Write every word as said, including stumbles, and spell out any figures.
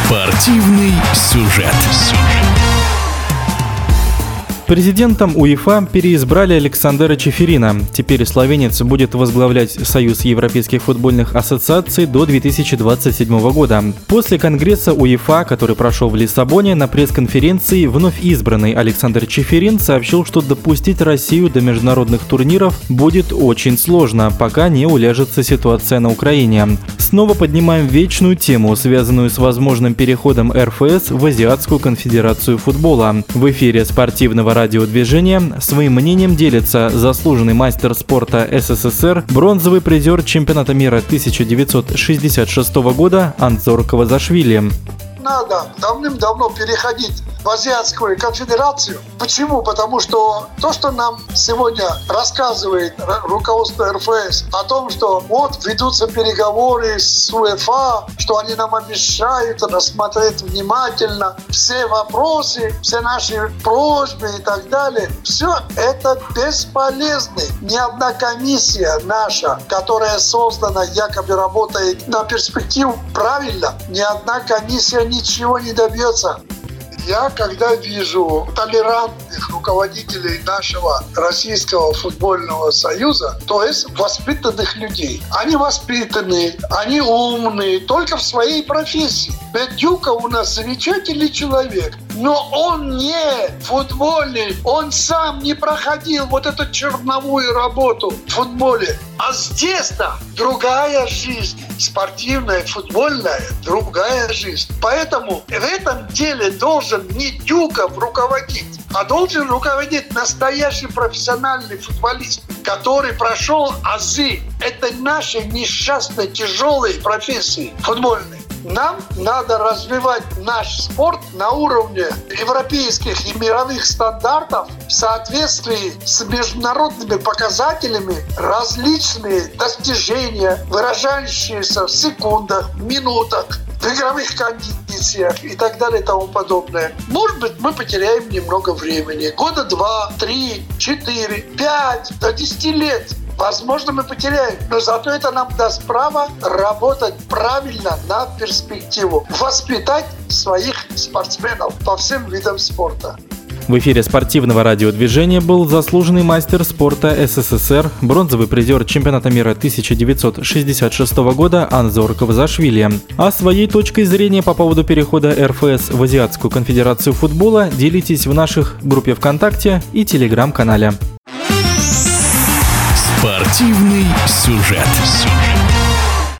Спортивный сюжет. Президентом УЕФА переизбрали Александера Чеферина. Теперь словенец будет возглавлять Союз европейских футбольных ассоциаций до две тысячи двадцать седьмого года. После конгресса УЕФА, который прошел в Лиссабоне, на пресс-конференции вновь избранный Александер Чеферин сообщил, что допустить Россию до международных турниров будет очень сложно, пока не уляжется ситуация на Украине. Снова поднимаем вечную тему, связанную с возможным переходом эр эф эс в Азиатскую конфедерацию футбола. В эфире спортивного радиодвижения своим мнением делится заслуженный мастер спорта эс эс эс эр, бронзовый призер чемпионата мира тысяча девятьсот шестьдесят шестого года Анзор Квазашвили. Надо давным-давно переходить в Азиатскую конфедерацию. Почему? Потому что то, что нам сегодня рассказывает руководство эр эф эс о том, что вот ведутся переговоры с УЕФА, что они нам обещают рассмотреть внимательно все вопросы, все наши просьбы и так далее, все это бесполезно. Ни одна комиссия наша, которая создана, якобы работает на перспективу правильно, ни одна комиссия ничего не добьется. Я, когда вижу толерантных руководителей нашего Российского футбольного союза, то есть воспитанных людей. Они воспитанные, они умные, только в своей профессии. Ведь Дюка у нас замечательный человек, но он не футбольный, он сам не проходил вот эту черновую работу в футболе. А здесь-то другая жизнь, спортивная, футбольная, другая жизнь. Поэтому в этом деле должен не Дюков руководить, а должен руководить настоящий профессиональный футболист, который прошел азы этой нашей несчастной, тяжелой профессии футбольной. Нам надо развивать наш спорт на уровне европейских и мировых стандартов в соответствии с международными показателями, различные достижения, выражающиеся в секундах, минутах, в игровых кондициях и так далее и тому подобное. Может быть, мы потеряем немного времени. Года два, три, четыре, пять, до десяти лет. Возможно, мы потеряем, но зато это нам даст право работать правильно на перспективу, воспитать своих спортсменов по всем видам спорта. В эфире спортивного радиодвижения был заслуженный мастер спорта эс эс эс эр, бронзовый призер чемпионата мира тысяча девятьсот шестьдесят шестого года Анзор Квазашвили. А своей точкой зрения по поводу перехода эр эф эс в Азиатскую конфедерацию футбола делитесь в наших группе ВКонтакте и Телеграм-канале. Спортивный сюжет.